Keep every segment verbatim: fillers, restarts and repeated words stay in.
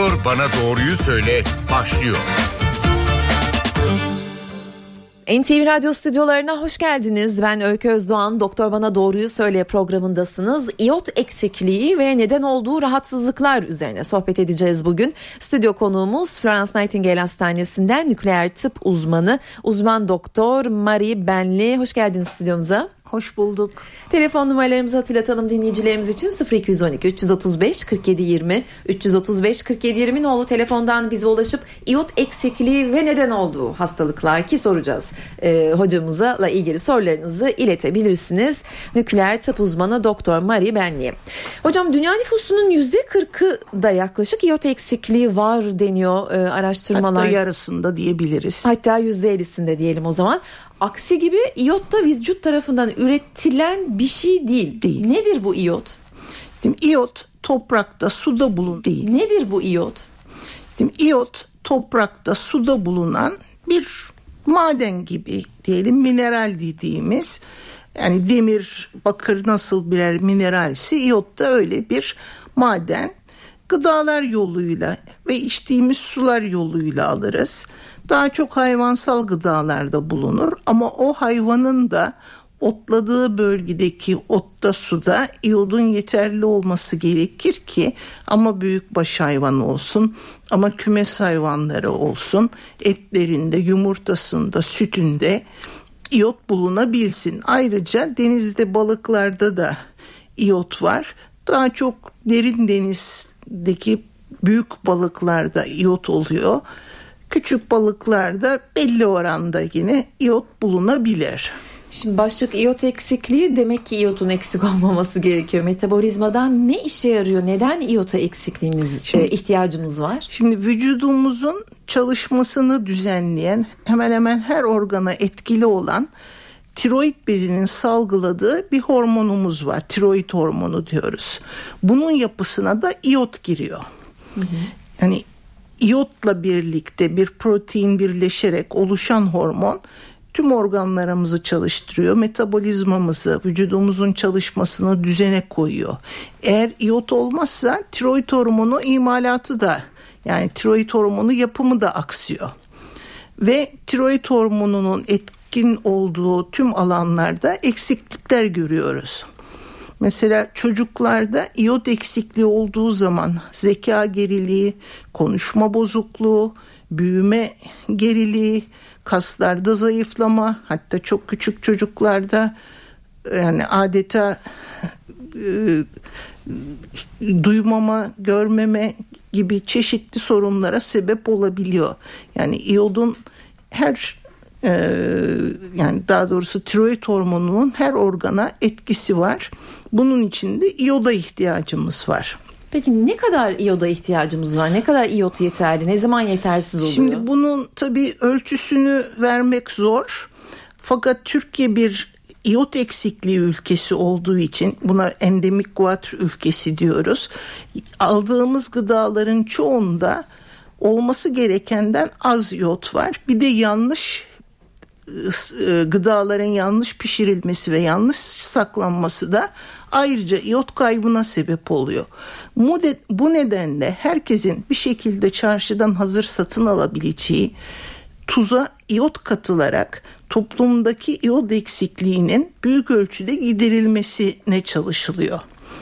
Doktor Bana Doğruyu Söyle başlıyor. N T V Radyo stüdyolarına hoş geldiniz. Ben Öykü Özdoğan. Doktor Bana Doğruyu Söyle programındasınız. İyot eksikliği ve neden olduğu rahatsızlıklar üzerine sohbet edeceğiz bugün. Stüdyo konuğumuz Florence Nightingale Hastanesi'nden nükleer tıp uzmanı, uzman doktor Marie Benli. Hoş geldiniz stüdyomuza. Hoş bulduk. Telefon numaralarımızı hatırlatalım dinleyicilerimiz için: sıfır iki on iki üç otuz beş kırk yedi yirmi üç otuz beş kırk yedi yirmi nolu telefondan bize ulaşıp iyot eksikliği ve neden olduğu hastalıklar ki soracağız. Ee, hocamızla ilgili sorularınızı iletebilirsiniz. Nükleer tıp uzmanı Doktor Marie Benli. Hocam, dünya nüfusunun yüzde kırkı da yaklaşık iyot eksikliği var deniyor e, araştırmalar. Hatta yarısında diyebiliriz. Hatta yüzde ellisinde diyelim o zaman. Aksi gibi iyot da vücut tarafından üretilen bir şey değil. Değil. Nedir bu iyot? Şimdi iyot toprakta, suda bulun değil. Nedir bu iyot? Şimdi iyot toprakta, suda bulunan bir maden gibi diyelim, mineral dediğimiz, yani demir, bakır nasıl birer mineralse iyot da öyle bir maden. Gıdalar yoluyla ve içtiğimiz sular yoluyla alırız. Daha çok hayvansal gıdalarda bulunur ama o hayvanın da otladığı bölgedeki otta, suda iyodun yeterli olması gerekir ki ama büyükbaş hayvan olsun, ama kümes hayvanları olsun, etlerinde, yumurtasında, sütünde iyot bulunabilsin. Ayrıca denizde, balıklarda da iyot var. Daha çok derin denizdeki büyük balıklarda iyot oluyor. Küçük balıklarda belli oranda yine iyot bulunabilir. Şimdi başlık iyot eksikliği, demek ki iyotun eksik olmaması gerekiyor. Metabolizmadan ne işe yarıyor? Neden iyota eksikliğimiz, şimdi, e, ihtiyacımız var? Şimdi vücudumuzun çalışmasını düzenleyen, hemen hemen her organa etkili olan tiroid bezinin salgıladığı bir hormonumuz var. Tiroid hormonu diyoruz. Bunun yapısına da iyot giriyor. Hı hı. Yani iyotla birlikte bir protein birleşerek oluşan hormon tüm organlarımızı çalıştırıyor. Metabolizmamızı, vücudumuzun çalışmasını düzene koyuyor. Eğer iyot olmazsa tiroid hormonu imalatı da, yani tiroid hormonu yapımı da aksıyor. Ve tiroid hormonunun etkin olduğu tüm alanlarda eksiklikler görüyoruz. Mesela çocuklarda iyot eksikliği olduğu zaman zeka geriliği, konuşma bozukluğu, büyüme geriliği, kaslarda zayıflama, hatta çok küçük çocuklarda yani adeta e, duymama, görmeme gibi çeşitli sorunlara sebep olabiliyor. Yani iyodun her e, yani daha doğrusu tiroid hormonunun her organa etkisi var. Bunun için de iyoda ihtiyacımız var. Peki ne kadar iyoda ihtiyacımız var? Ne kadar iyot yeterli? Ne zaman yetersiz oluyor? Şimdi bunun tabii ölçüsünü vermek zor. Fakat Türkiye bir iyot eksikliği ülkesi olduğu için buna endemik guatr ülkesi diyoruz. Aldığımız gıdaların çoğunda olması gerekenden az iyot var. Bir de yanlış gıdaların yanlış pişirilmesi ve yanlış saklanması da ayrıca iyot kaybına sebep oluyor. Bu nedenle herkesin bir şekilde çarşıdan hazır satın alabileceği tuza iyot katılarak toplumdaki iyot eksikliğinin büyük ölçüde giderilmesine çalışılıyor.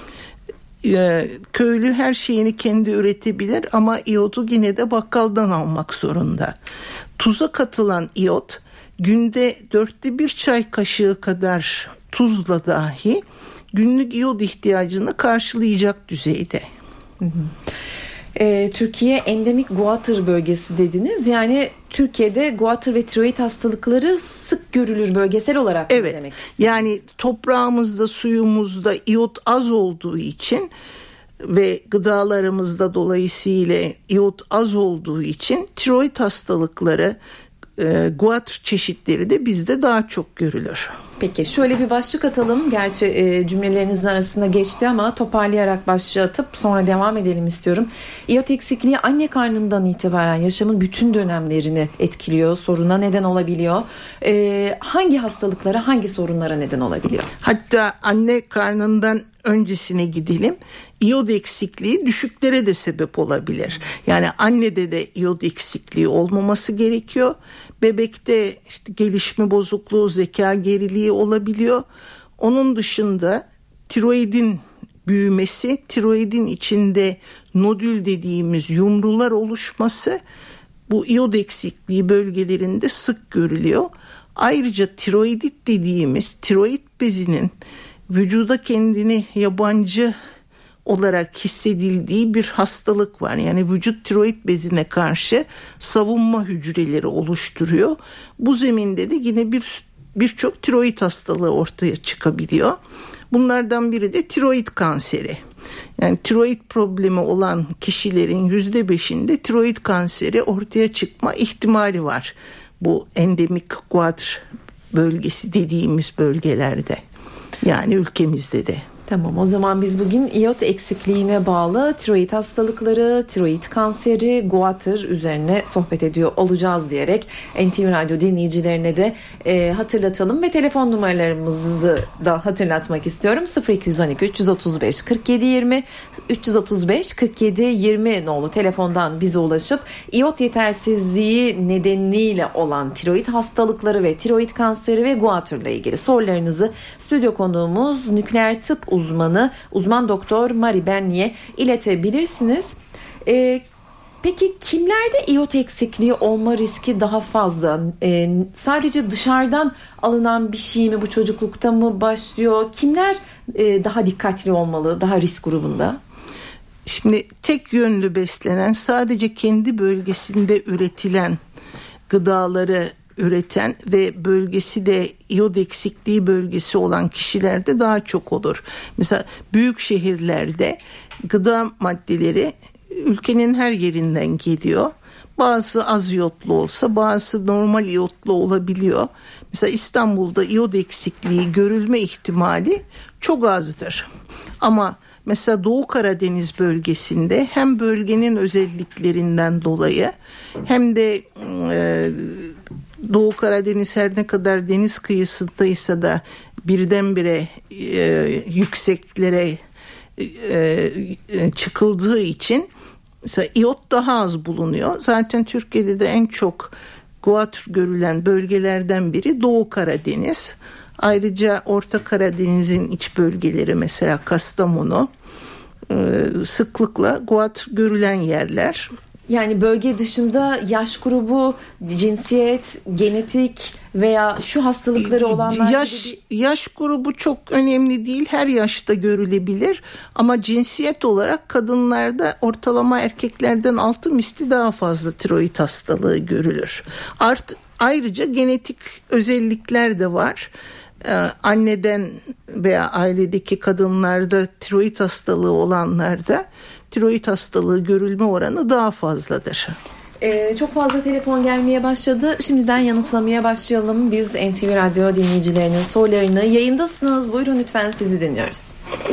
Köylü her şeyini kendi üretebilir ama iyotu yine de bakkaldan almak zorunda. Tuza katılan iyot günde dörtte bir çay kaşığı kadar tuzla dahi günlük iyot ihtiyacını karşılayacak düzeyde. Hı hı. Ee, Türkiye endemik guatr bölgesi dediniz. Yani Türkiye'de guatr ve tiroid hastalıkları sık görülür bölgesel olarak mı evet, demek? Yani toprağımızda, suyumuzda iyot az olduğu için ve gıdalarımızda dolayısıyla iyot az olduğu için tiroid hastalıkları, E, guatr çeşitleri de bizde daha çok görülür. Peki şöyle bir başlık atalım. Gerçi e, cümlelerinizin arasında geçti ama toparlayarak başlığı atıp sonra devam edelim istiyorum. İyot eksikliği anne karnından itibaren yaşamın bütün dönemlerini etkiliyor. Soruna neden olabiliyor. E, hangi hastalıklara, hangi sorunlara neden olabiliyor? Hatta anne karnından öncesine gidelim. İyot eksikliği düşüklere de sebep olabilir. Yani annede de iyot eksikliği olmaması gerekiyor. Bebekte işte gelişme bozukluğu, zeka geriliği olabiliyor. Onun dışında tiroidin büyümesi, tiroidin içinde nodül dediğimiz yumrular oluşması bu iyot eksikliği bölgelerinde sık görülüyor. Ayrıca tiroidit dediğimiz tiroid bezinin vücuda kendini yabancı olarak hissedildiği bir hastalık var. Yani vücut tiroid bezine karşı savunma hücreleri oluşturuyor. Bu zeminde de yine bir birçok tiroid hastalığı ortaya çıkabiliyor. Bunlardan biri de tiroid kanseri. Yani tiroid problemi olan kişilerin yüzde beşinde tiroid kanseri ortaya çıkma ihtimali var. Bu endemik guatr bölgesi dediğimiz bölgelerde. Yani ülkemizde de. Tamam, o zaman biz bugün iyot eksikliğine bağlı tiroid hastalıkları, tiroid kanseri, guatr üzerine sohbet ediyor olacağız diyerek N T V Radyo dinleyicilerine de e, hatırlatalım ve telefon numaralarımızı da hatırlatmak istiyorum. sıfır iki on iki üç otuz beş kırk yedi yirmi üç otuz beş kırk yedi yirmi nolu telefondan bize ulaşıp iyot yetersizliği nedeniyle olan tiroid hastalıkları ve tiroid kanseri ve guatr ile ilgili sorularınızı stüdyo konuğumuz nükleer tıp uzmanı, uzman doktor Mari Benli'ye iletebilirsiniz. Ee, peki kimlerde iyot eksikliği olma riski daha fazla? Ee, sadece dışarıdan alınan bir şey mi, bu çocuklukta mı başlıyor? Kimler e, daha dikkatli olmalı, daha risk grubunda? Şimdi tek yönlü beslenen, sadece kendi bölgesinde üretilen gıdaları üreten ve bölgesi de iyot eksikliği bölgesi olan kişilerde daha çok olur. Mesela büyük şehirlerde gıda maddeleri ülkenin her yerinden geliyor. Bazı az iyotlu olsa bazı normal iyotlu olabiliyor. Mesela İstanbul'da iyot eksikliği görülme ihtimali çok azdır. Ama mesela Doğu Karadeniz bölgesinde hem bölgenin özelliklerinden dolayı hem de e, Doğu Karadeniz her ne kadar deniz kıyısındaysa da birdenbire e, yükseklere e, e, çıkıldığı için mesela iyot daha az bulunuyor. Zaten Türkiye'de de en çok guatr görülen bölgelerden biri Doğu Karadeniz. Ayrıca Orta Karadeniz'in iç bölgeleri, mesela Kastamonu, e, sıklıkla guatr görülen yerler. Yani bölge dışında yaş grubu, cinsiyet, genetik veya şu hastalıkları olanlar yaş, gibi bir... yaş grubu çok önemli değil. Her yaşta görülebilir. Ama cinsiyet olarak kadınlarda ortalama erkeklerden altı misli daha fazla tiroid hastalığı görülür. Art, ayrıca genetik özellikler de var. Ee, anneden veya ailedeki kadınlarda tiroid hastalığı olanlarda tiroid hastalığı görülme oranı daha fazladır. Ee, çok fazla telefon gelmeye başladı. Şimdiden yanıtlamaya başlayalım. Biz N T V Radyo dinleyicilerinin sorularını, yayındasınız. Buyurun, lütfen sizi dinliyoruz.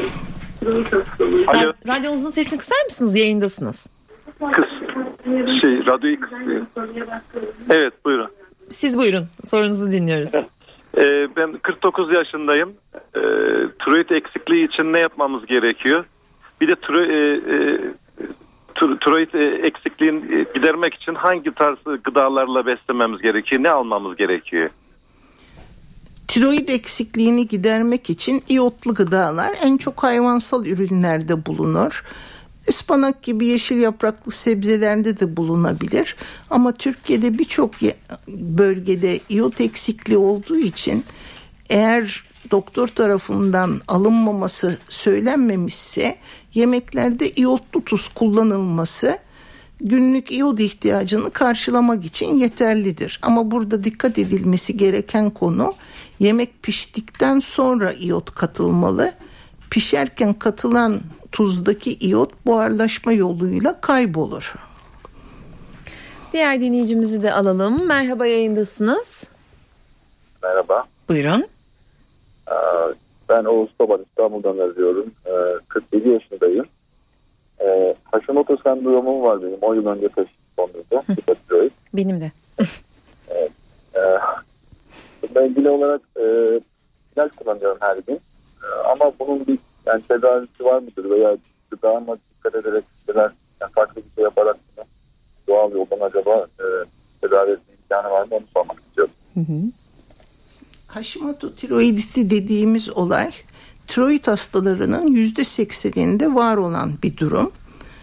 Alo. Radyonuzun sesini kısar mısınız? Yayındasınız. Kıs. Şey, radyoyu kısıyor. Evet, buyurun. Siz buyurun. Sorunuzu dinliyoruz. Ee, ben kırk dokuz yaşındayım. Ee, tiroid eksikliği için ne yapmamız gerekiyor? Bir de tiro, e, e, tiroid eksikliğini gidermek için hangi tarz gıdalarla beslememiz gerekiyor? Ne almamız gerekiyor? Tiroid eksikliğini gidermek için iyotlu gıdalar en çok hayvansal ürünlerde bulunur. Ispanak gibi yeşil yapraklı sebzelerde de bulunabilir. Ama Türkiye'de birçok bölgede iyot eksikliği olduğu için eğer doktor tarafından alınmaması söylenmemişse yemeklerde iyotlu tuz kullanılması günlük iyot ihtiyacını karşılamak için yeterlidir. Ama burada dikkat edilmesi gereken konu, yemek piştikten sonra iyot katılmalı. Pişerken katılan tuzdaki iyot buharlaşma yoluyla kaybolur. Diğer dinleyicimizi de alalım. Merhaba, yayındasınız. Merhaba. Buyurun. Ben Oğuz Tobat, İstanbul'dan arıyorum. kırk yedi yaşındayım. Hashimoto sendromum var benim. on yıl önce teşhis konuldu. Benim de. Evet. Bununla ilgili olarak ilaç kullanıyorum her gün. Ama bunun bir Yani tedavisi var mıdır veya gıda mı dikkat ederek şeyler, yani farklı bir şey yaparak mı, doğal yoldan acaba e, tedavi etme imkanı var mı, onu sormak istiyorum. Hı hı. Hashimoto tiroidisi dediğimiz olay tiroid hastalarının yüzde sekseninde var olan bir durum.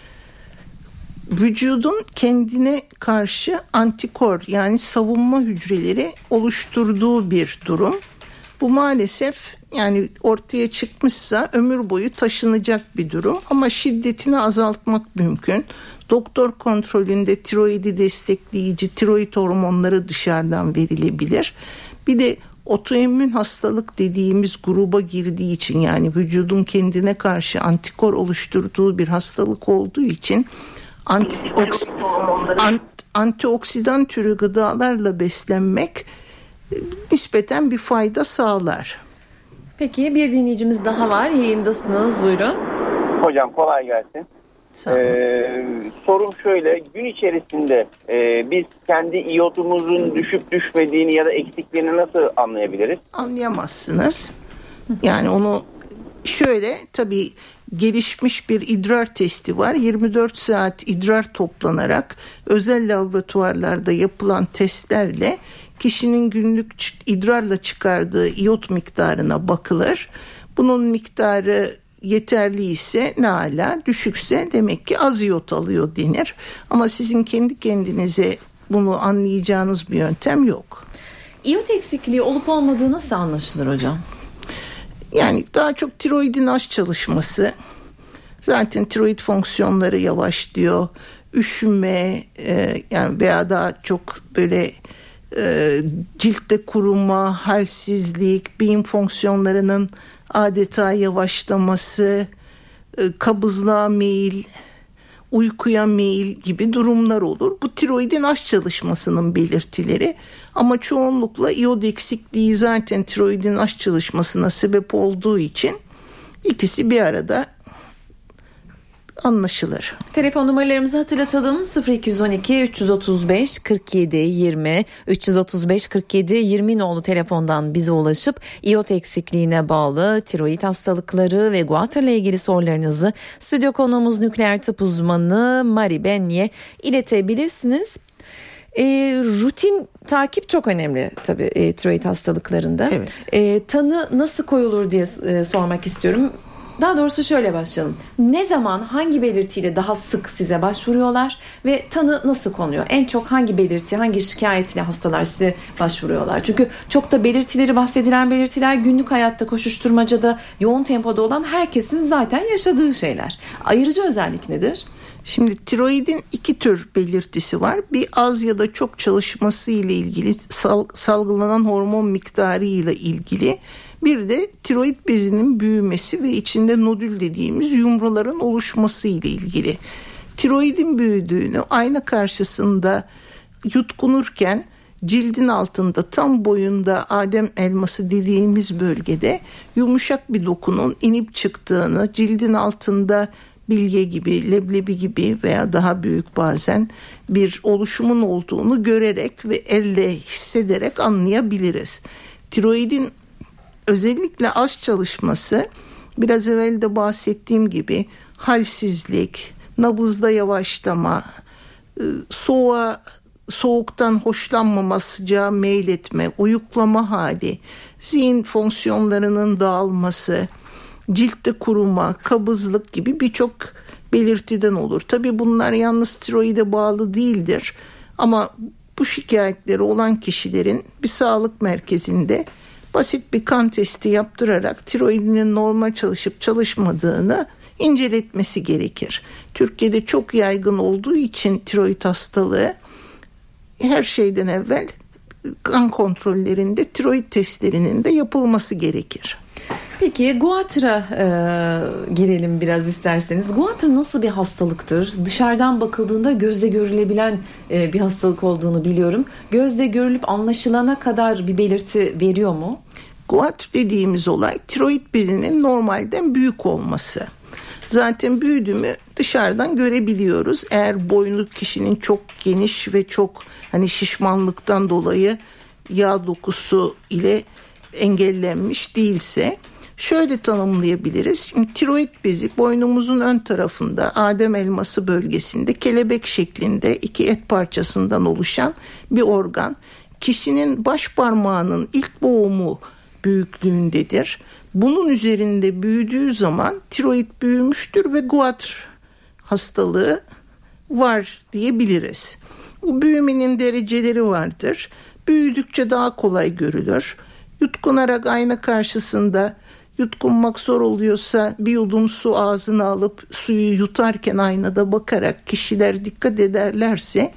Vücudun kendine karşı antikor yani savunma hücreleri oluşturduğu bir durum. Bu maalesef yani ortaya çıkmışsa ömür boyu taşınacak bir durum ama şiddetini azaltmak mümkün. Doktor kontrolünde tiroidi destekleyici tiroid hormonları dışarıdan verilebilir. Bir de otoimmün hastalık dediğimiz gruba girdiği için, yani vücudun kendine karşı antikor oluşturduğu bir hastalık olduğu için antioks, ant, antioksidan türü gıdalarla beslenmek nispeten bir fayda sağlar. Peki bir dinleyicimiz daha var. Yayındasınız. Buyurun. Hocam kolay gelsin. Ee, sorum şöyle, gün içerisinde e, biz kendi iyodumuzun düşüp düşmediğini ya da eksikliğini nasıl anlayabiliriz? Anlayamazsınız. Yani onu şöyle, tabii gelişmiş bir idrar testi var. yirmi dört saat idrar toplanarak özel laboratuvarlarda yapılan testlerle kişinin günlük idrarla çıkardığı iyot miktarına bakılır. Bunun miktarı yeterli ise ne ala, düşükse demek ki az iyot alıyor denir. Ama sizin kendi kendinize bunu anlayacağınız bir yöntem yok. İyot eksikliği olup olmadığı nasıl anlaşılır hocam? Yani daha çok tiroidin az çalışması, zaten tiroid fonksiyonları yavaşlıyor, üşüme e, yani veya daha çok böyle e, ciltte kuruma, halsizlik, beyin fonksiyonlarının adeta yavaşlaması, e, kabızlığa meyil, uykuya meyil gibi durumlar olur. Bu tiroidin az çalışmasının belirtileri ama çoğunlukla iyod eksikliği zaten tiroidin az çalışmasına sebep olduğu için ikisi bir arada anlaşılır. Telefon numaralarımızı hatırlatalım. sıfır iki on iki üç otuz beş kırk yedi yirmi üç otuz beş kırk yedi yirmi nolu telefondan bize ulaşıp iyot eksikliğine bağlı tiroid hastalıkları ve guatr ile ilgili sorularınızı stüdyo konuğumuz nükleer tıp uzmanı Mari Benli'ye iletebilirsiniz. E, rutin takip çok önemli tabii e, tiroid hastalıklarında. Evet. E, tanı nasıl koyulur diye e, sormak istiyorum. Daha doğrusu şöyle başlayalım. Ne zaman hangi belirtiyle daha sık size başvuruyorlar ve tanı nasıl konuyor? En çok hangi belirti, hangi şikayetle hastalar size başvuruyorlar? Çünkü çok da belirtileri, bahsedilen belirtiler günlük hayatta, koşuşturmacada, yoğun tempoda olan herkesin zaten yaşadığı şeyler. Ayırıcı özellik nedir? Şimdi tiroidin iki tür belirtisi var. Bir az ya da çok çalışması ile ilgili, sal, salgılanan hormon miktarı ile ilgili. Bir de tiroid bezinin büyümesi ve içinde nodül dediğimiz yumruların oluşması ile ilgili. Tiroidin büyüdüğünü ayna karşısında yutkunurken cildin altında tam boyunda Adem elması dediğimiz bölgede yumuşak bir dokunun inip çıktığını, cildin altında bilye gibi, leblebi gibi veya daha büyük bazen bir oluşumun olduğunu görerek ve elle hissederek anlayabiliriz. Tiroidin özellikle az çalışması, biraz evvel de bahsettiğim gibi halsizlik, nabızda yavaşlama, soğuğa, soğuktan hoşlanmama, sıcağa meyletme, uyuklama hali, zihin fonksiyonlarının dağılması, ciltte kuruma, kabızlık gibi birçok belirtiden olur. Tabii bunlar yalnız tiroide bağlı değildir. Ama bu şikayetleri olan kişilerin bir sağlık merkezinde basit bir kan testi yaptırarak tiroidinin normal çalışıp çalışmadığını inceletmesi gerekir. Türkiye'de çok yaygın olduğu için tiroid hastalığı, her şeyden evvel kan kontrollerinde tiroid testlerinin de yapılması gerekir. Peki guatra e, girelim biraz isterseniz. Guatr nasıl bir hastalıktır? Dışarıdan bakıldığında gözle görülebilen e, bir hastalık olduğunu biliyorum. Gözle görülüp anlaşılana kadar bir belirti veriyor mu? Guatr dediğimiz olay tiroid bezinin normalden büyük olması. Zaten büyüdü mü dışarıdan görebiliyoruz. Eğer boynu kişinin çok geniş ve çok hani şişmanlıktan dolayı yağ dokusu ile engellenmiş değilse, Şöyle tanımlayabiliriz. Şimdi tiroid bezi boynumuzun ön tarafında Adem elması bölgesinde kelebek şeklinde iki et parçasından oluşan bir organ. Kişinin baş parmağının ilk boğumu büyüklüğündedir. Bunun üzerinde büyüdüğü zaman tiroid büyümüştür ve Goitre hastalığı var diyebiliriz. Bu büyümenin dereceleri vardır. Büyüdükçe daha kolay görülür. Yutkunarak ayna karşısında yutkunmak zor oluyorsa bir yudum su ağzına alıp suyu yutarken aynada bakarak kişiler dikkat ederlerse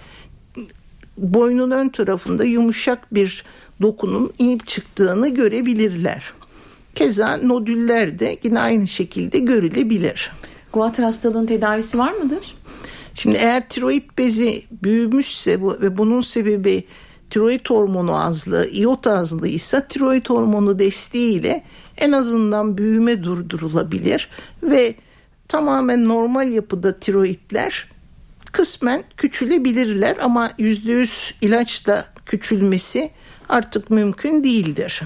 boynun ön tarafında yumuşak bir dokunun inip çıktığını görebilirler. Keza nodüller de yine aynı şekilde görülebilir. Goitre hastalığının tedavisi var mıdır? Şimdi eğer tiroid bezi büyümüşse bu, ve bunun sebebi tiroid hormonu azlığı, iot azlığı ise tiroid hormonu desteğiyle en azından büyüme durdurulabilir ve tamamen normal yapıda tiroidler kısmen küçülebilirler ama yüzde yüz ilaçla küçülmesi artık mümkün değildir.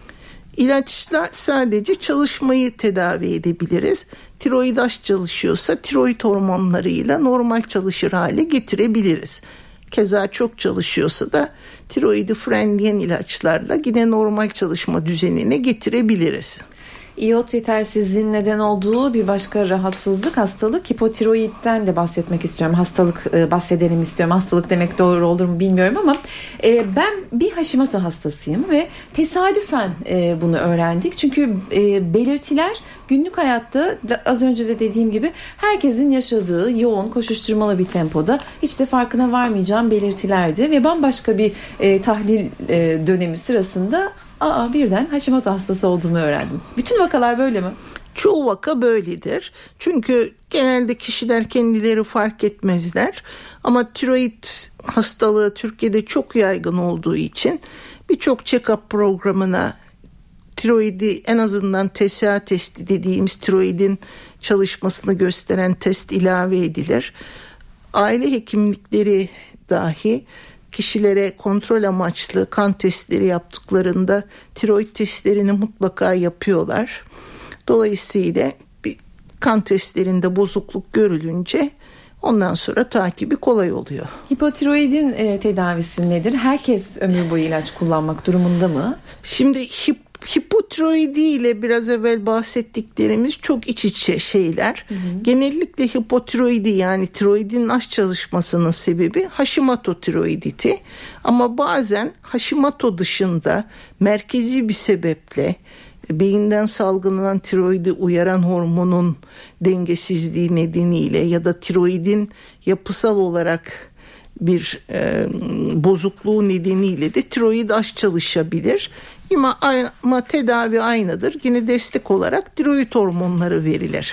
İlaçla sadece çalışmayı tedavi edebiliriz. Tiroid az çalışıyorsa tiroid hormonlarıyla normal çalışır hale getirebiliriz. Keza çok çalışıyorsa da tiroidi frenleyen ilaçlarla yine normal çalışma düzenine getirebiliriz. İyot yetersizliğinin neden olduğu bir başka rahatsızlık, hastalık, hipotiroidden de bahsetmek istiyorum. Hastalık e, bahsedelim istiyorum. Hastalık demek doğru olur mu bilmiyorum ama e, ben bir Hashimoto hastasıyım ve tesadüfen e, bunu öğrendik. Çünkü e, belirtiler günlük hayatta az önce de dediğim gibi herkesin yaşadığı yoğun koşuşturmalı bir tempoda hiç de farkına varmayacağım belirtilerdi ve bambaşka bir e, tahlil e, dönemi sırasında Aa, birden Hashimoto hastası olduğumu öğrendim. Bütün vakalar böyle mi? Çoğu vaka böyledir. Çünkü genelde kişiler kendileri fark etmezler. Ama tiroid hastalığı Türkiye'de çok yaygın olduğu için birçok check-up programına tiroidi en azından T S A testi dediğimiz tiroidin çalışmasını gösteren test ilave edilir. Aile hekimlikleri dahi kişilere kontrol amaçlı kan testleri yaptıklarında tiroid testlerini mutlaka yapıyorlar. Dolayısıyla bir kan testlerinde bozukluk görülünce ondan sonra takibi kolay oluyor. Hipotiroidin e, tedavisi nedir? Herkes ömür boyu ilaç kullanmak durumunda mı? Şimdi hip hipotiroidi ile biraz evvel bahsettiklerimiz çok iç içe şeyler. Hı hı. Genellikle hipotiroidi yani tiroidin az çalışmasının sebebi Hashimoto tiroiditi. Ama bazen Hashimoto dışında merkezi bir sebeple beyinden salgılanan tiroidi uyaran hormonun dengesizliği nedeniyle ya da tiroidin yapısal olarak bir e, bozukluğu nedeniyle de tiroid az çalışabilir. Ama, ama tedavi aynıdır. Yine destek olarak tiroid hormonları verilir.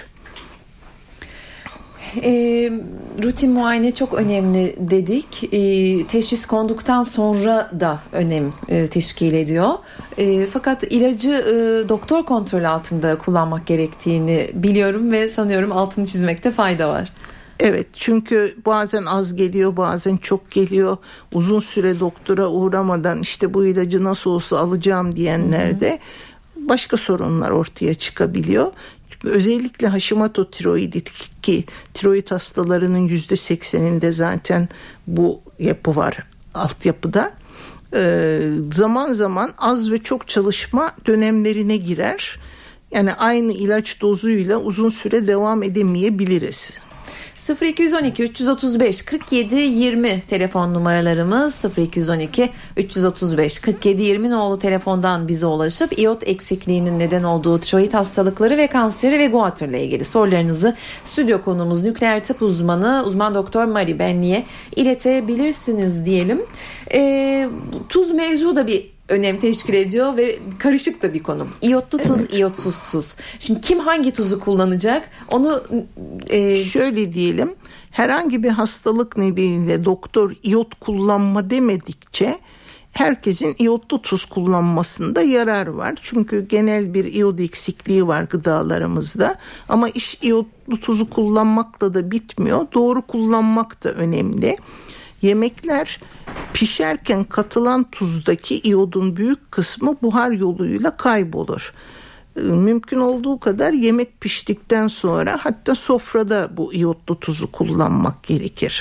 E, rutin muayene çok önemli dedik. E, teşhis konduktan sonra da önem e, teşkil ediyor. E, fakat ilacı e, doktor kontrolü altında kullanmak gerektiğini biliyorum ve sanıyorum altını çizmekte fayda var. Evet, çünkü bazen az geliyor, bazen çok geliyor. Uzun süre doktora uğramadan işte bu ilacı nasıl olsa alacağım diyenlerde başka sorunlar ortaya çıkabiliyor. Çünkü özellikle Hashimoto tiroidi ki tiroid hastalarının yüzde sekseninde zaten bu yapı var altyapıda. Ee, zaman zaman az ve çok çalışma dönemlerine girer. Yani aynı ilaç dozuyla uzun süre devam edemeyebiliriz. sıfır iki on iki üç otuz beş kırk yedi yirmi telefon numaralarımız. sıfır iki on iki üç otuz beş kırk yedi yirmi nolu telefondan bize ulaşıp iot eksikliğinin neden olduğu tiroid hastalıkları ve kanseri ve Goitre ile ilgili sorularınızı stüdyo konuğumuz nükleer tıp uzmanı uzman doktor Mari Benli'ye iletebilirsiniz diyelim. E, tuz mevzu da bir önem teşkil ediyor ve karışık da bir konu. İyotlu tuz, evet. İyotsuz tuz. Şimdi kim hangi tuzu kullanacak? Onu e... şöyle diyelim. Herhangi bir hastalık nedeniyle doktor iyot kullanma demedikçe herkesin iyotlu tuz kullanmasında yarar var. Çünkü genel bir iyot eksikliği var gıdalarımızda. Ama iş iyotlu tuzu kullanmakla da bitmiyor. Doğru kullanmak da önemli. Yemekler pişerken katılan tuzdaki iyodun büyük kısmı buhar yoluyla kaybolur. Mümkün olduğu kadar yemek piştikten sonra, hatta sofrada bu iyotlu tuzu kullanmak gerekir.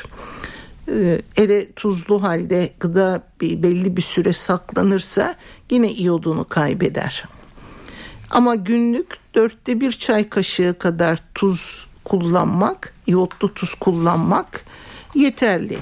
Ele tuzlu halde gıda belli bir süre saklanırsa yine iyodunu kaybeder. Ama günlük dörtte bir çay kaşığı kadar tuz kullanmak, iyotlu tuz kullanmak yeterli.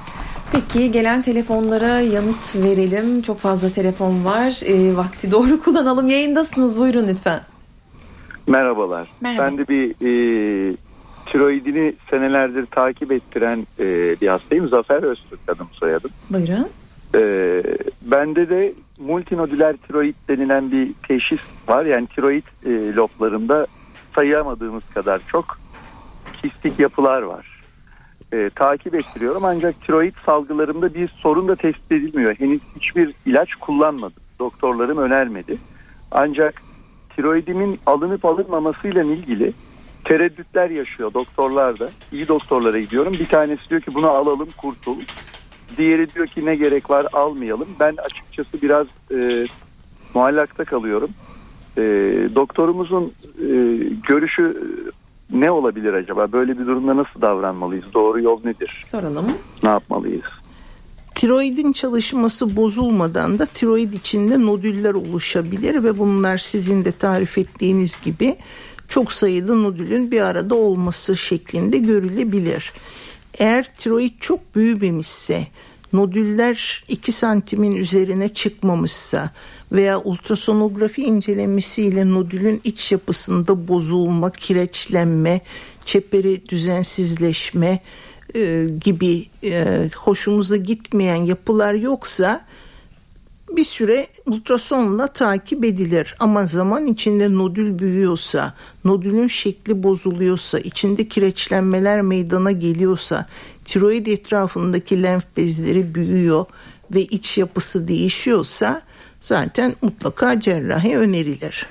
Peki gelen telefonlara yanıt verelim. Çok fazla telefon var. E, vakti doğru kullanalım. Yayındasınız. Buyurun lütfen. Merhabalar. Merhaba. Ben de bir e, tiroidini senelerdir takip ettiren e, bir hastayım. Zafer Öztürk adım soyadım. Buyurun. E, bende de multinodüler tiroid denilen bir teşhis var. Yani tiroid e, loblarında sayamadığımız kadar çok kistik yapılar var. E, takip ettiriyorum ancak tiroid salgılarımda bir sorun da tespit edilmiyor. Henüz hiçbir ilaç kullanmadım. Doktorlarım önermedi. Ancak tiroidimin alınıp alınmamasıyla ilgili tereddütler yaşıyor doktorlar da. İyi doktorlara gidiyorum. Bir tanesi diyor ki bunu alalım kurtul. Diğeri diyor ki ne gerek var almayalım. Ben açıkçası biraz e, muallakta kalıyorum. E, doktorumuzun e, görüşü ne olabilir acaba? Böyle bir durumda nasıl davranmalıyız? Doğru yol nedir? Soralım. Ne yapmalıyız? Tiroidin çalışması bozulmadan da tiroid içinde nodüller oluşabilir ve bunlar sizin de tarif ettiğiniz gibi çok sayıda nodülün bir arada olması şeklinde görülebilir. Eğer tiroid çok büyümemişse, nodüller iki santimin üzerine çıkmamışsa veya ultrasonografi incelemesiyle nodülün iç yapısında bozulma, kireçlenme, çeperi düzensizleşme e, gibi e, hoşumuza gitmeyen yapılar yoksa bir süre ultrasonla takip edilir. Ama zaman içinde nodül büyüyorsa, nodülün şekli bozuluyorsa, içinde kireçlenmeler meydana geliyorsa, tiroid etrafındaki lenf bezleri büyüyor ve iç yapısı değişiyorsa zaten mutlaka cerrahi önerilir.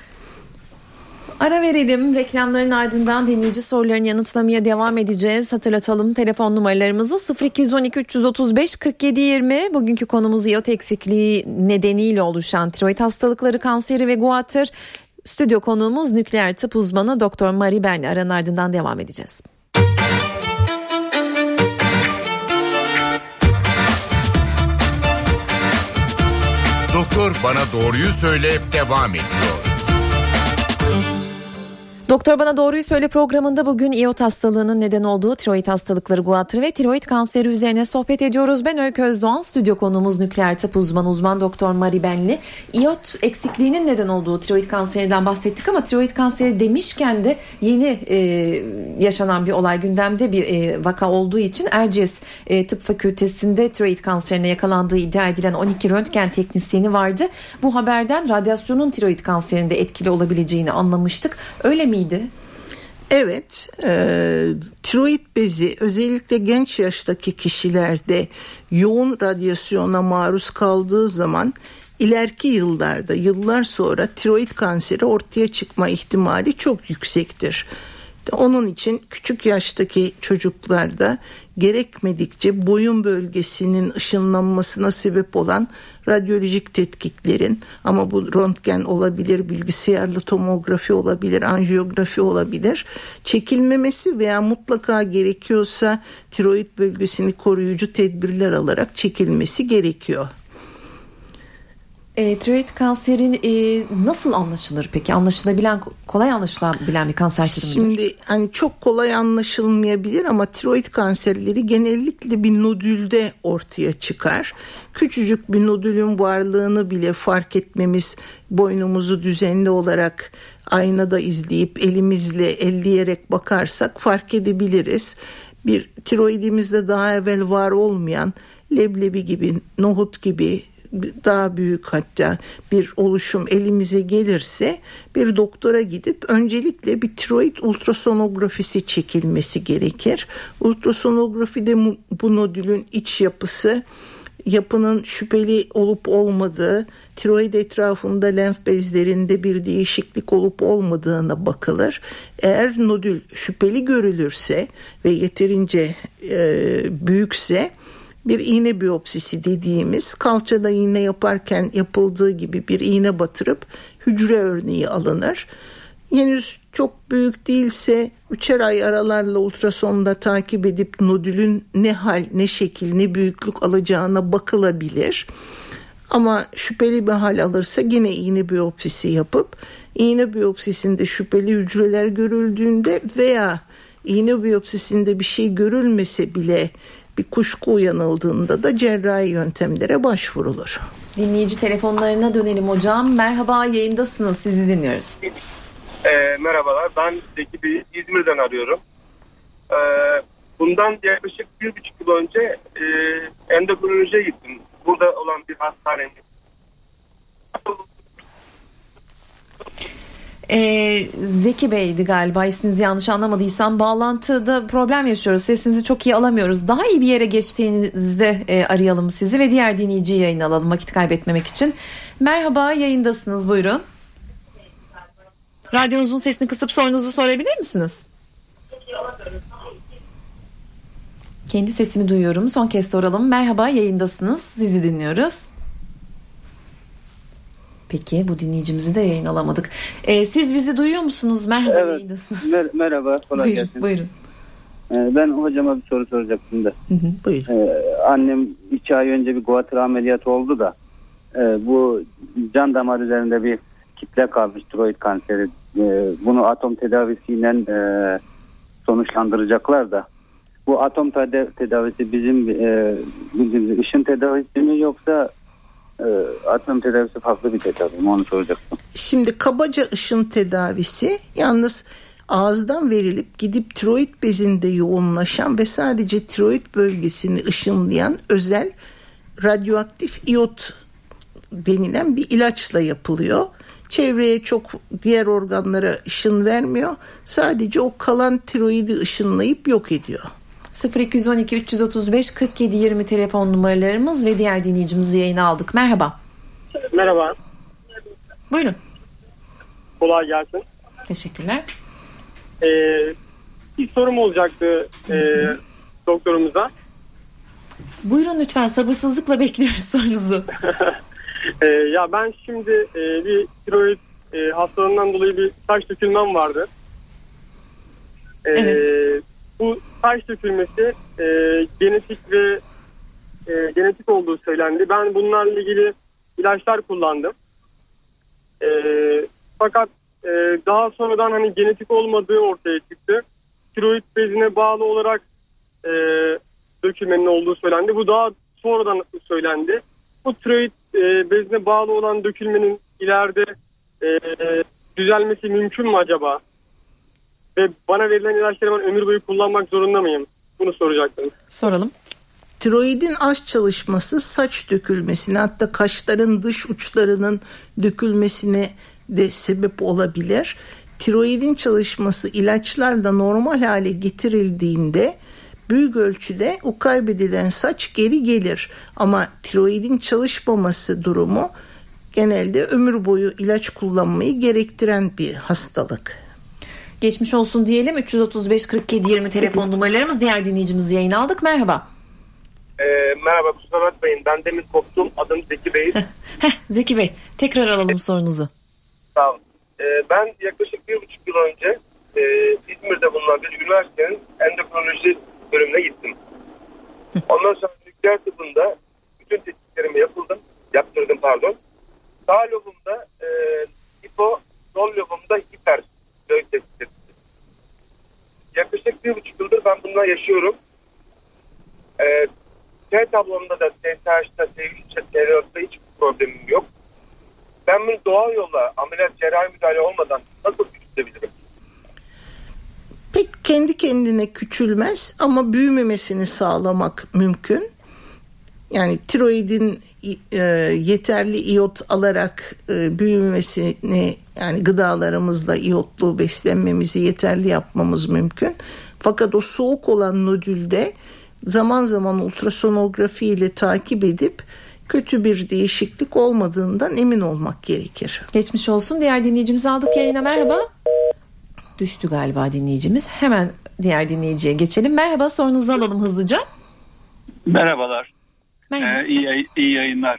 Ara verelim. Reklamların ardından dinleyici sorularını yanıtlamaya devam edeceğiz. Hatırlatalım telefon numaralarımızı sıfır iki on iki üç otuz beş kırk yedi yirmi. Bugünkü konumuz iyot eksikliği nedeniyle oluşan tiroid hastalıkları, kanseri ve guatr. Stüdyo konuğumuz nükleer tıp uzmanı Doktor Mari Benli. Aranın ardından devam edeceğiz. Doktor Bana Doğruyu Söyle devam ediyor. Doktor Bana Doğruyu Söyle programında bugün iyot hastalığının neden olduğu tiroid hastalıkları, guatr ve tiroid kanseri üzerine sohbet ediyoruz. Ben Öykü Özdoğan, stüdyo konuğumuz nükleer tıp uzmanı uzman Doktor Mari Benli. İyot eksikliğinin neden olduğu tiroid kanserinden bahsettik ama tiroid kanseri demişken de yeni e, yaşanan bir olay, gündemde bir e, vaka olduğu için Erciyes e, Tıp Fakültesi'nde tiroid kanserine yakalandığı iddia edilen on iki röntgen teknisyeni vardı. Bu haberden radyasyonun tiroid kanserinde etkili olabileceğini anlamıştık. Öyle mi? Evet, e, tiroid bezi özellikle genç yaştaki kişilerde yoğun radyasyona maruz kaldığı zaman ileriki yıllarda, yıllar sonra tiroid kanseri ortaya çıkma ihtimali çok yüksektir. Onun için küçük yaştaki çocuklarda gerekmedikçe boyun bölgesinin ışınlanmasına sebep olan radyolojik tetkiklerin, ama bu röntgen olabilir, bilgisayarlı tomografi olabilir, anjiyografi olabilir, çekilmemesi veya mutlaka gerekiyorsa tiroid bölgesini koruyucu tedbirler alarak çekilmesi gerekiyor. E, tiroid kanseri e, nasıl anlaşılır peki? Anlaşılabilen, kolay anlaşılabilen bir kanser türü müdür? Şimdi hani çok kolay anlaşılmayabilir ama tiroid kanserleri genellikle bir nodülde ortaya çıkar. Küçücük bir nodülün varlığını bile fark etmemiz, boynumuzu düzenli olarak aynada izleyip elimizle elleyerek bakarsak fark edebiliriz. Bir tiroidimizde daha evvel var olmayan leblebi gibi, nohut gibi daha büyük hatta bir oluşum elimize gelirse bir doktora gidip öncelikle bir tiroid ultrasonografisi çekilmesi gerekir. Ultrasonografide bu nodülün iç yapısı, yapının şüpheli olup olmadığı, tiroid etrafında lenf bezlerinde bir değişiklik olup olmadığına bakılır. Eğer nodül şüpheli görülürse ve yeterince e, büyükse bir iğne biyopsisi dediğimiz, kalçada iğne yaparken yapıldığı gibi bir iğne batırıp hücre örneği alınır. Henüz çok büyük değilse üçer ay aralarla ultrasonda takip edip nodülün ne hal, ne şekil, ne büyüklük alacağına bakılabilir. Ama şüpheli bir hal alırsa yine iğne biyopsisi yapıp iğne biyopsisinde şüpheli hücreler görüldüğünde veya iğne biyopsisinde bir şey görülmese bile bir kuşku uyanıldığında da cerrahi yöntemlere başvurulur. Dinleyici telefonlarına dönelim hocam. Merhaba, yayındasınız, sizi dinliyoruz. E, merhabalar, ben Zeki Bey, İzmir'den arıyorum. E, bundan yaklaşık bir buçuk yıl önce e, endokrinolojiye gittim. Burada olan bir hastaneye. Ee, Zeki Bey'di galiba, isminizi yanlış anlamadıysam. Bağlantıda problem yaşıyoruz, sesinizi çok iyi alamıyoruz. Daha iyi bir yere geçtiğinizde e, arayalım sizi ve diğer dinleyiciyi yayın alalım vakit kaybetmemek için. Merhaba, yayındasınız, buyurun. Radyonuzun sesini kısıp sorunuzu sorabilir misiniz? Kendi sesimi duyuyorum. Son kez soralım. Merhaba, yayındasınız. Sizi dinliyoruz. Peki, bu dinleyicimizi de yayın alamadık. Ee, siz bizi duyuyor musunuz? Merhaba, evet, yayındasınız. Mer- merhaba, kolay buyurun, gelsin. Buyurun. Ee, ben hocama bir soru soracaktım da. Hı hı. Buyur. Ee, annem iki ay önce bir guatr ameliyatı oldu da e, bu can damar üzerinde bir kitle kalmış, tiroid kanseri. E, bunu atom tedavisiyle e, sonuçlandıracaklar da. Bu atom tedav- tedavisi bizim e, bildiğimiz ışın tedavisi mi yoksa e, atom tedavisi farklı bir tedavi mi, onu soracaktım. Şimdi kabaca ışın tedavisi yalnız ağızdan verilip gidip tiroid bezinde yoğunlaşan ve sadece tiroid bölgesini ışınlayan özel radyoaktif iyot denilen bir ilaçla yapılıyor. Çevreye çok diğer organlara ışın vermiyor. Sadece o kalan tiroidi ışınlayıp yok ediyor. sıfır iki on iki üç otuz beş kırk yedi yirmi telefon numaralarımız ve diğer dinleyicimizi yayına aldık. Merhaba. Merhaba. Buyurun. Kolay gelsin. Teşekkürler. Ee, bir sorum olacaktı e, doktorumuza. Buyurun lütfen, sabırsızlıkla bekliyoruz sorunuzu. e, ya ben şimdi e, bir tiroid e, hastalığından dolayı bir saç dökülmem vardı. E, Evet. Bu saç dökülmesi e, genetik ve e, genetik olduğu söylendi. Ben bunlarla ilgili ilaçlar kullandım. E, fakat e, daha sonradan hani genetik olmadığı ortaya çıktı. Tiroid bezine bağlı olarak e, dökülmenin olduğu söylendi. Bu daha sonradan söylendi. Bu tiroid e, bezine bağlı olan dökülmenin ileride e, düzelmesi mümkün mü acaba? Ve bana verilen ilaçları ben ömür boyu kullanmak zorunda mıyım? Bunu soracaktım. Soralım. Tiroidin az çalışması saç dökülmesine, hatta kaşların dış uçlarının dökülmesine de sebep olabilir. Tiroidin çalışması ilaçlarla normal hale getirildiğinde büyük ölçüde o kaybedilen saç geri gelir. Ama tiroidin çalışmaması durumu genelde ömür boyu ilaç kullanmayı gerektiren bir hastalık. Geçmiş olsun diyelim. üç otuz beş kırk yedi yirmi telefon numaralarımız, diğer dinleyicimizi yayına aldık. Merhaba. Ee, merhaba, kusura bakmayın. Ben demin koptum. Adım Zeki Bey. Heh, Zeki Bey, tekrar alalım sorunuzu. Sağ olun. Ee, ben yaklaşık bir buçuk yıl önce e, İzmir'de bulunan bir üniversitenin endokrinoloji bölümüne gittim. Ondan sonra nükleer tıbbında bütün tetkiklerimi yapıldım, yaptırdım pardon. Sağ lobumda e, hipo, sol lobumda hiper tiroid tespit edildi. Yaklaşık bir buçuk yıldır ben bununla yaşıyorum. E, T tablomda da T S H'da, T üç'te, T dört'te hiçbir problemim yok. Ben bunu doğal yolla ameliyat, cerrahi müdahale olmadan nasıl küçültebilirim? Pek kendi kendine küçülmez ama büyümemesini sağlamak mümkün. Yani tiroidin e, yeterli iyot alarak e, büyümesini, yani gıdalarımızla iyotlu beslenmemizi yeterli yapmamız mümkün. Fakat o soğuk olan nodülde zaman zaman ultrasonografi ile takip edip kötü bir değişiklik olmadığından emin olmak gerekir. Geçmiş olsun. Diğer dinleyicimizi aldık yayına. Merhaba. Düştü galiba dinleyicimiz. Hemen diğer dinleyiciye geçelim. Merhaba, sorunuzu alalım hızlıca. Merhabalar. Merhaba. Ee, iyi, iyi yayınlar.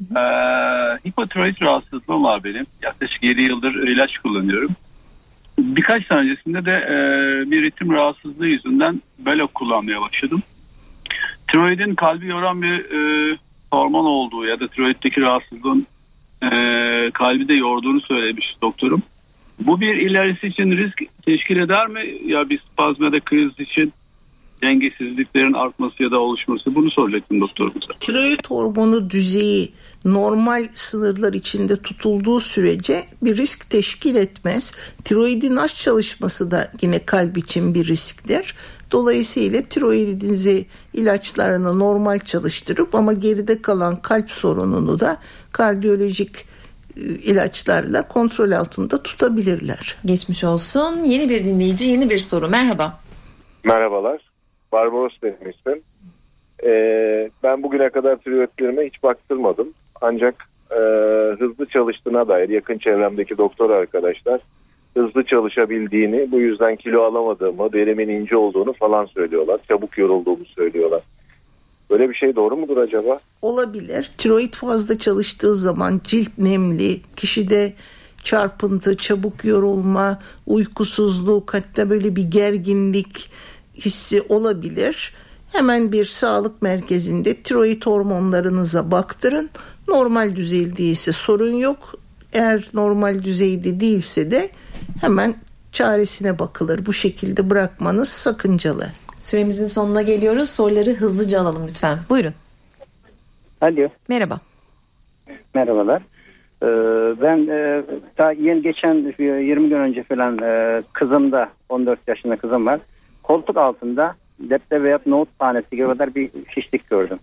Ee, hipotiroid rahatsızlığım var benim. Yaklaşık yedi yıldır ilaç kullanıyorum. Birkaç sene öncesinde de e, bir ritim rahatsızlığı yüzünden Belok kullanmaya başladım. Tiroidin kalbi yoran bir e, hormon olduğu ya da tiroiddeki rahatsızlığın e, kalbi de yorduğunu söylemiş doktorum. Bu bir ilerisi için risk teşkil eder mi? Ya bir spazm ya da kriz için dengesizliklerin artması ya da oluşması, bunu soracaktım doktorumuza. Tiroid hormonu düzeyi normal sınırlar içinde tutulduğu sürece bir risk teşkil etmez. Tiroidin az çalışması da yine kalp için bir risktir. Dolayısıyla tiroidinizi ilaçlarını normal çalıştırıp ama geride kalan kalp sorununu da kardiyolojik ilaçlarla kontrol altında tutabilirler. Geçmiş olsun. Yeni bir dinleyici, yeni bir soru. Merhaba. Merhabalar. Barbaros benim ismim. Ee, ben bugüne kadar tiroidlerime hiç baktırmadım. Ancak e, hızlı çalıştığına dair yakın çevremdeki doktor arkadaşlar hızlı çalışabildiğini, bu yüzden kilo alamadığımı, derimin ince olduğunu falan söylüyorlar. Çabuk yorulduğumu söylüyorlar. Böyle bir şey doğru mudur acaba? Olabilir. Tiroid fazla çalıştığı zaman cilt nemli, kişide çarpıntı, çabuk yorulma, uykusuzluk, hatta böyle bir gerginlik hissi olabilir. Hemen bir sağlık merkezinde tiroid hormonlarınıza baktırın. Normal düzeydeyse sorun yok. Eğer normal düzeyde değilse de hemen çaresine bakılır. Bu şekilde bırakmanız sakıncalı. Süremizin sonuna geliyoruz. Soruları hızlıca alalım lütfen. Buyurun. Alo. Merhaba. Merhabalar. Ee, ben e, daha yeni geçen yirmi gün önce falan e, kızımda, on dört yaşında kızım var. Koltuk altında depte veya nohut tanesi gibi kadar bir şişlik gördüm.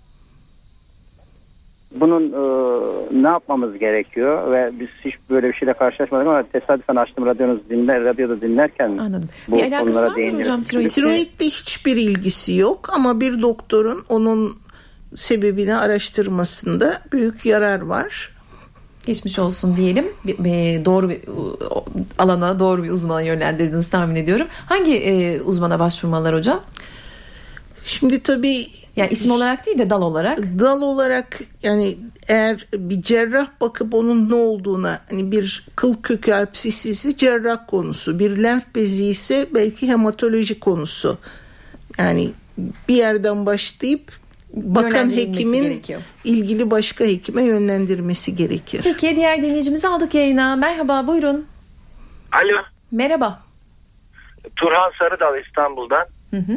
Bunun e, ne yapmamız gerekiyor ve biz hiç böyle bir şeyle karşılaşmadık ama tesadüfen açtım radyonuzu dinler, radyoda dinlerken Anladım. bu bir alakası var mı hocam tiroidle? Tiroidle hiçbir ilgisi yok ama bir doktorun onun sebebini araştırmasında büyük yarar var. Geçmiş olsun diyelim. Doğru bir alana, doğru bir uzmana yönlendirdiğinizi tahmin ediyorum. Hangi e, uzmana başvurmalar hocam? Şimdi tabii yani isim olarak değil de dal olarak. Dal olarak yani eğer bir cerrah bakıp onun ne olduğuna, hani bir kıl kökü absisisi cerrah konusu, bir lenf bezi ise belki hematoloji konusu. Yani bir yerden başlayıp bakan hekimin gerekiyor. İlgili başka hekime yönlendirmesi gerekir. Peki diğer dinleyicimizi aldık yayına. Merhaba, buyurun. Alo. Merhaba. Turhan Sarıdal İstanbul'dan. Hı hı.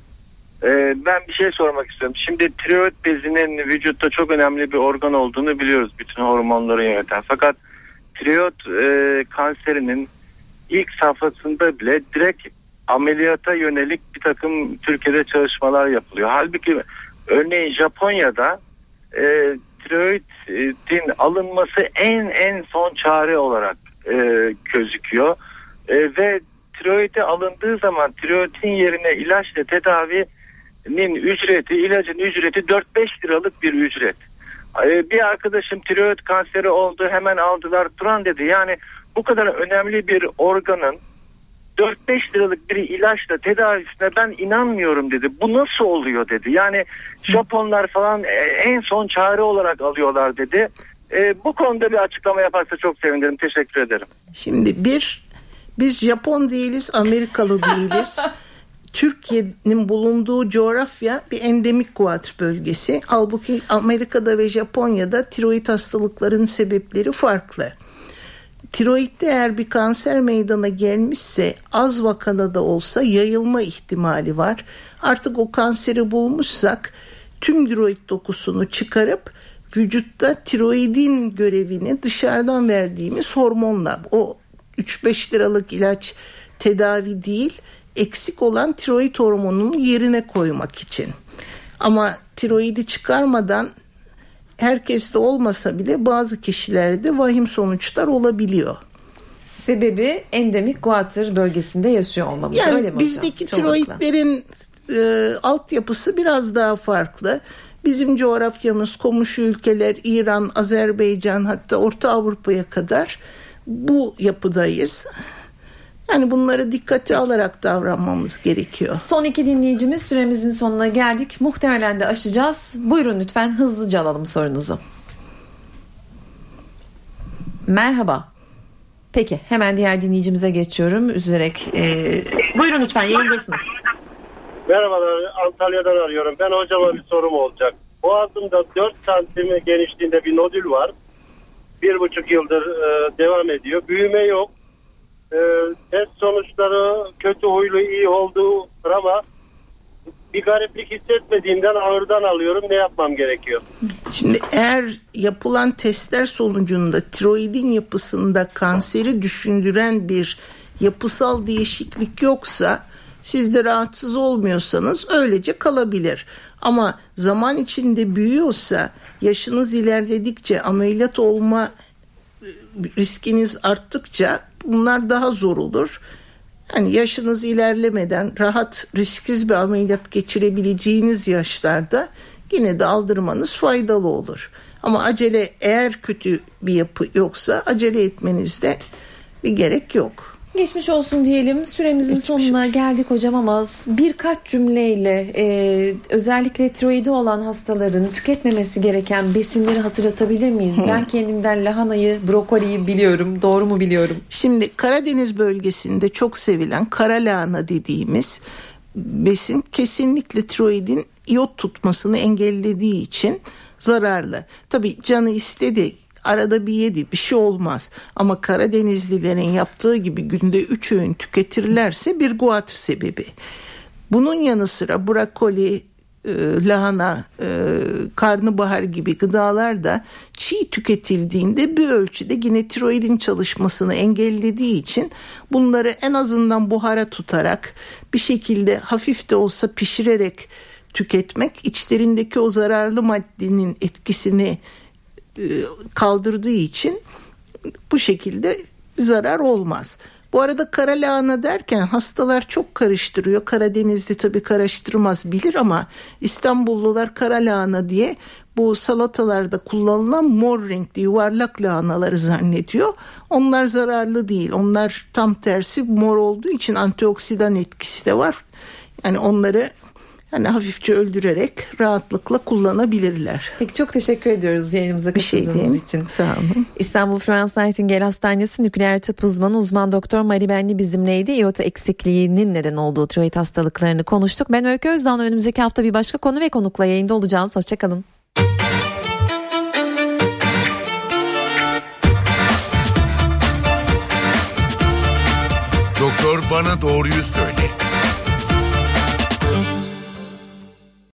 Ee, ben bir şey sormak istiyorum. Şimdi tiroid bezinin vücutta çok önemli bir organ olduğunu biliyoruz. Bütün hormonları yöneten. Fakat tiroid e, kanserinin ilk safhasında bile direkt ameliyata yönelik bir takım Türkiye'de çalışmalar yapılıyor. Halbuki örneğin Japonya'da e, tiroidin alınması en en son çare olarak e, gözüküyor. E, ve tiroidi alındığı zaman tiroidin yerine ilaçla tedavinin ücreti, ilacın ücreti dört beş liralık bir ücret. E, bir arkadaşım tiroid kanseri oldu, hemen aldılar Turan dedi. Yani bu kadar önemli bir organın dört beş liralık bir ilaçla tedavisine ben inanmıyorum dedi. Bu nasıl oluyor dedi. Yani Japonlar falan en son çare olarak alıyorlar dedi. E, bu konuda bir açıklama yaparsa çok sevinirim. Teşekkür ederim. Şimdi bir, biz Japon değiliz, Amerikalı değiliz. Türkiye'nin bulunduğu coğrafya bir endemik guatr bölgesi. Halbuki Amerika'da ve Japonya'da tiroid hastalıkların sebepleri farklı. Tiroidde eğer bir kanser meydana gelmişse az vakada da olsa yayılma ihtimali var. Artık o kanseri bulmuşsak tüm tiroid dokusunu çıkarıp vücutta tiroidin görevini dışarıdan verdiğimiz hormonla, o üç beş liralık ilaç tedavi değil, eksik olan tiroid hormonunu yerine koymak için. Ama tiroidi çıkarmadan herkeste olmasa bile bazı kişilerde vahim sonuçlar olabiliyor. Sebebi endemik guatr bölgesinde yaşıyor olmamız. Yani öyle mi bizdeki hocam? tiroidlerin e, altyapısı biraz daha farklı. Bizim coğrafyamız komşu ülkeler İran, Azerbaycan, hatta Orta Avrupa'ya kadar bu yapıdayız. Yani bunları dikkate alarak davranmamız gerekiyor. Son iki dinleyicimiz, süremizin sonuna geldik. Muhtemelen de aşacağız. Buyurun lütfen hızlıca alalım sorunuzu. Merhaba. Peki hemen diğer dinleyicimize geçiyorum. Üzülerek. E, buyurun lütfen, yayındasınız. Merhabalar, Antalya'dan arıyorum. Ben hocama bir sorum olacak. Boğazımda dört santim genişliğinde bir nodül var. Bir buçuk yıldır e, devam ediyor. Büyüme yok. E, test sonuçları kötü huylu iyi oldu ama bir gariplik hissetmediğimden ağırdan alıyorum. Ne yapmam gerekiyor? Şimdi eğer yapılan testler sonucunda tiroidin yapısında kanseri düşündüren bir yapısal değişiklik yoksa, siz de rahatsız olmuyorsanız öylece kalabilir. Ama zaman içinde büyüyorsa, yaşınız ilerledikçe, ameliyat olma riskiniz arttıkça bunlar daha zor olur. Yani yaşınız ilerlemeden rahat, risksiz bir ameliyat geçirebileceğiniz yaşlarda yine de aldırmanız faydalı olur. Ama acele, eğer kötü bir yapı yoksa acele etmenizde bir gerek yok. Geçmiş olsun diyelim. Süremizin Geçmiş sonuna olsun. geldik hocam ama birkaç cümleyle e, özellikle tiroidi olan hastaların tüketmemesi gereken besinleri hatırlatabilir miyiz? Hı. Ben kendimden lahanayı, brokoliyi biliyorum. Doğru mu biliyorum? Şimdi Karadeniz bölgesinde çok sevilen kara lahana dediğimiz besin kesinlikle tiroidin iyot tutmasını engellediği için zararlı. Tabii canı istedi, arada bir yedi, bir şey olmaz. Ama Karadenizlilerin yaptığı gibi günde üç öğün tüketirlerse bir guatr sebebi. Bunun yanı sıra brokoli, e, lahana, e, karnabahar gibi gıdalar da çiğ tüketildiğinde bir ölçüde yine tiroidin çalışmasını engellediği için bunları en azından buhara tutarak, bir şekilde hafif de olsa pişirerek tüketmek içlerindeki o zararlı maddenin etkisini kaldırdığı için bu şekilde bir zarar olmaz. Bu arada kara lahana derken hastalar çok karıştırıyor. Karadenizli tabii karıştırmaz, bilir ama İstanbullular kara lahana diye bu salatalarda kullanılan mor renkli yuvarlak lahanaları zannediyor. Onlar zararlı değil. Onlar tam tersi, mor olduğu için antioksidan etkisi de var. Yani onları yani hafifçe öldürerek rahatlıkla kullanabilirler. Peki, çok teşekkür ediyoruz yayınımıza katıldığınız için. Sağ olun. İstanbul Florence Nightingale Hastanesi nükleer tıp uzmanı uzman doktor Mari Benli bizimleydi. İyota eksikliğinin neden olduğu tiroid hastalıklarını konuştuk. Ben Öykü Özdağ. Önümüzdeki hafta bir başka konu ve konukla yayında olacağız. Hoşçakalın. Doktor bana doğruyu söyle.